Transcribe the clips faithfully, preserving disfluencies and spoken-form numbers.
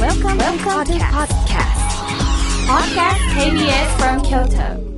Welcome, Welcome to podcast. Podcast ケービーエス from Kyoto.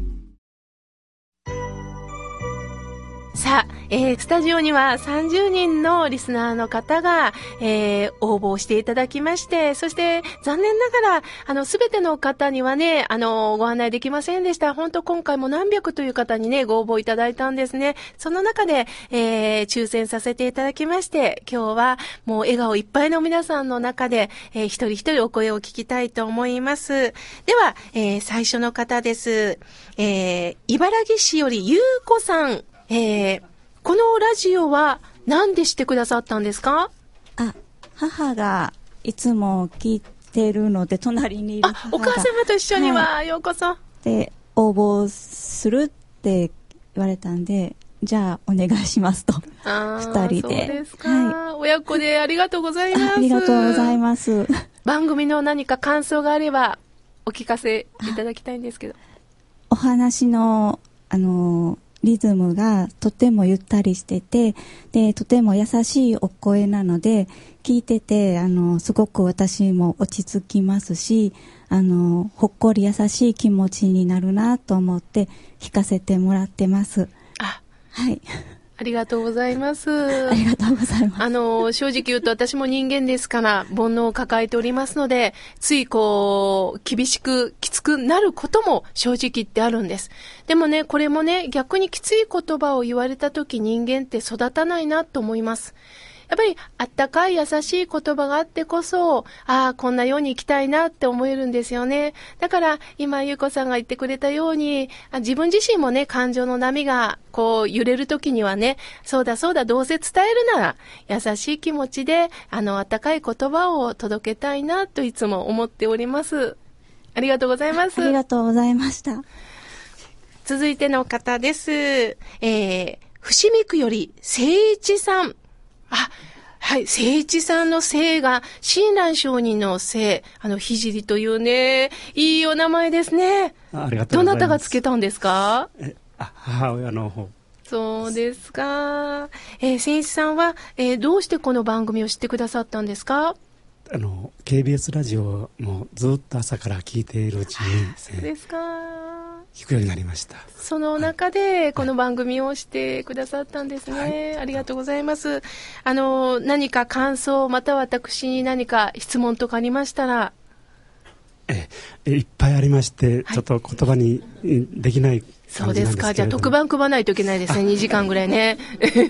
さあ、えー、スタジオにはさんじゅうにんのリスナーの方が、えー、応募していただきまして、そして残念ながら、あの、すべての方にはね、あの、ご案内できませんでした。本当今回も何百という方にね、ご応募いただいたんですね。その中で、えー、抽選させていただきまして、今日はもう笑顔いっぱいの皆さんの中で、えー、一人一人お声を聞きたいと思います。では、えー、最初の方です。えー、茨城市よりゆうこさん。えー、このラジオは何でしてくださったんですか？ あ、母がいつも聞いてるので、隣にいる母が。 あ、お母様と一緒には、はい、ようこそ。 で、応募するって言われたんで、じゃあお願いしますと。 あ、 二人で。 そうですか、 はい。 親子でありがとうございます。 あ、ありがとうございます。 番組の何か感想があれば、お聞かせいただきたいんですけど。 お話の、あの、リズムがとてもゆったりしてて、で、とても優しいお声なので、聞いてて、あの、すごく私も落ち着きますし、あの、ほっこり優しい気持ちになるなと思って聞かせてもらってます。 あ、 はい。 ありがとうございます。 ありがとうございます。 あの、正直言うと私も人間ですから、煩悩を抱えておりますので、ついこう、厳しく、きつくなることも正直ってあるんです。でもね、これもね、逆にきつい言葉を言われたとき人間って育たないなと思います。やっぱりあったかい優しい言葉があってこそ、ああ、こんなように生きたいなって思えるんですよね。だから今ゆうこさんが言ってくれたように、自分自身もね、感情の波がこう揺れるときにはね、そうだそうだ、どうせ伝えるなら優しい気持ちで、あのあったかい言葉を届けたいなといつも思っております。ありがとうございます。 ありがとうございました。 続いての方です。えー、伏見区より聖一さん。あ、はい、聖一さんの聖が、親鸞上人の聖、あの、聖というね、いいお名前ですね。 ありがとうございます。どなたがつけたんですか？ え、あ、母親の方。 そうですか。えー、聖一さんは、えー、どうしてこの番組を知ってくださったんですか？ あの、ケービーエス ラジオもずっと朝から聞いているうちに、 そうですか。 聞くようになりました。 その中でこの番組をしてくださったんですね、はい、ありがとうございます。あの何か感想または私に何か質問とかありましたら。 ええいっぱいありまして、はい、ちょっと言葉にできない感じなんですけれども。 そうですか。じゃあ特番組まないといけないですね。にじかんぐらいね。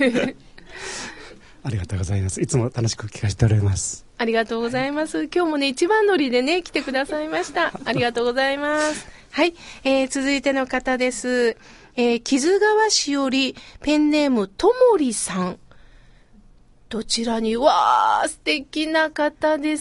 ありがとうございます。いつも楽しく聞かせております。 ありがとうございます、はい、今日もね一番乗りでね来てくださいました。ありがとうございます。はい、えー、続いての方です。えー、木津川市よりペンネームともりさん。どちらに、わー素敵な方です。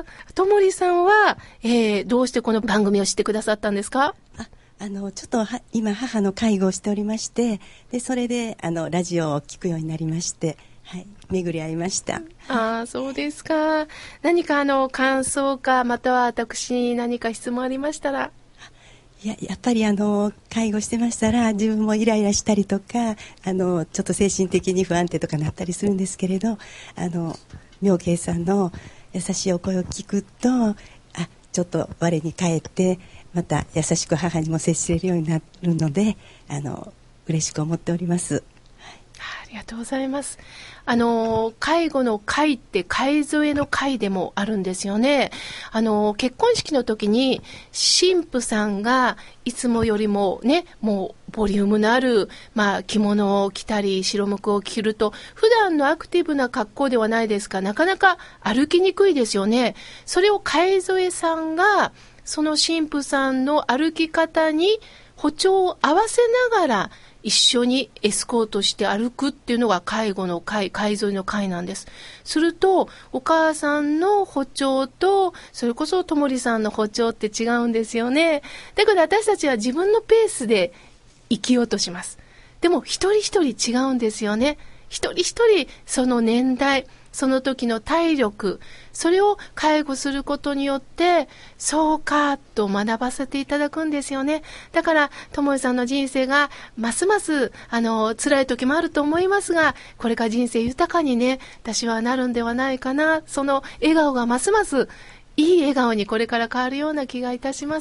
ともりさんは、えー、どうしてこの番組を知ってくださったんですか？ ああのちょっとは今母の介護をしておりまして、でそれであのラジオを聞くようになりまして、はい、巡り合いました。 ああ、そうですか。何かあの感想かまたは私に何か質問ありましたら。 いや、やっぱりあの介護してましたら自分もイライラしたりとか、あのちょっと精神的に不安定とかなったりするんですけれど、あの妙慶さんの優しいお声を聞くと、あちょっと我に返ってまた優しく母にも接せるようになるので、あの嬉しく思っております。 ありがとうございます。あの介護の会って介添の会でもあるんですよね。あの結婚式の時に新婦さんがいつもよりもねもうボリュームのある、まあ、着物を着たり白むくを着ると普段のアクティブな格好ではないですからなかなか歩きにくいですよね。それを介添さんがその新婦さんの歩き方に歩調を合わせながら一緒にエスコートして歩くっていうのが介護の会、介添の会なんです。するとお母さんの歩調とそれこそともりさんの歩調って違うんですよね。だから私たちは自分のペースで生きようとします。でも一人一人違うんですよね。一人一人その年代その時の体力、それを介護することによって、そうか、と学ばせていただくんですよね。だから、智恵さんの人生が、ますます、あの、辛い時もあると思いますが、これから人生豊かにね、私はなるんではないかな。その笑顔がますます、いい笑顔にこれから変わるような気がいたします。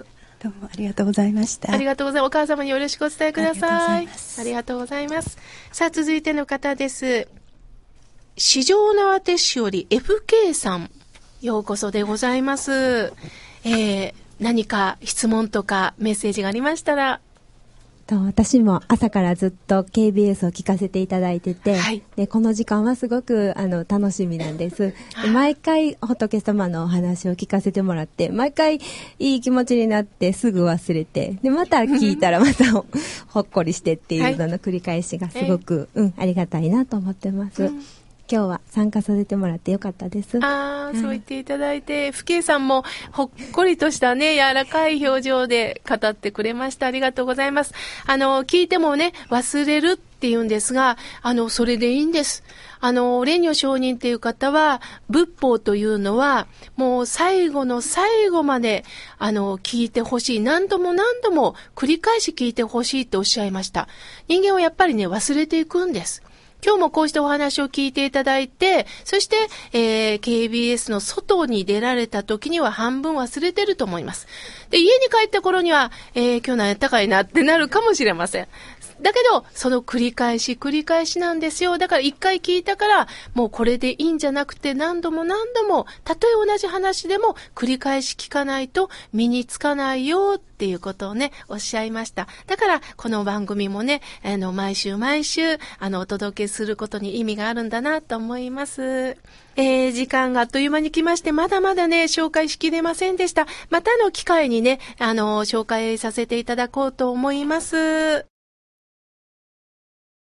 どうもありがとうございました。 ありがとうございます。お母様によろしくお伝えください。 ありがとうございます。 ありがとうございます。さあ、続いての方です。四条縄手市より エフケー さん、ようこそでございます。えー、何か質問とかメッセージがありましたら。 と私も朝からずっと ケービーエス を聞かせていただいてて、はい、でこの時間はすごくあの楽しみなんです。で毎回仏様のお話を聞かせてもらって、毎回いい気持ちになってすぐ忘れて、でまた聞いたらまたほっこりしてっていうのの繰り返しがすごく、はい、うん、ありがたいなと思ってます。うん、今日は参加させてもらってよかったです。 ああ、そう言っていただいて、ふけいさんもほっこりとしたね、柔らかい表情で語ってくれました。ありがとうございます。あの、聞いてもね、忘れるって言うんですが、あの、それでいいんです。あの、蓮如上人っていう方は、仏法というのは、もう最後の最後まで、あの、聞いてほしい。何度も何度も繰り返し聞いてほしいとおっしゃいました。人間はやっぱりね、忘れていくんです。今日もこうしたお話を聞いていただいて、そして、えー、ケービーエス の外に出られた時には半分忘れてると思います。で、家に帰った頃には、えー、今日何やったかいなってなるかもしれません。だけど、その繰り返し繰り返しなんですよ。だから一回聞いたから、もうこれでいいんじゃなくて何度も何度も、たとえ同じ話でも繰り返し聞かないと身につかないよっていうことをね、おっしゃいました。だから、この番組もね、あの、毎週毎週、あの、お届けすることに意味があるんだなと思います。えー、時間があっという間に来まして、まだまだね、紹介しきれませんでした。またの機会にね、あの、紹介させていただこうと思います。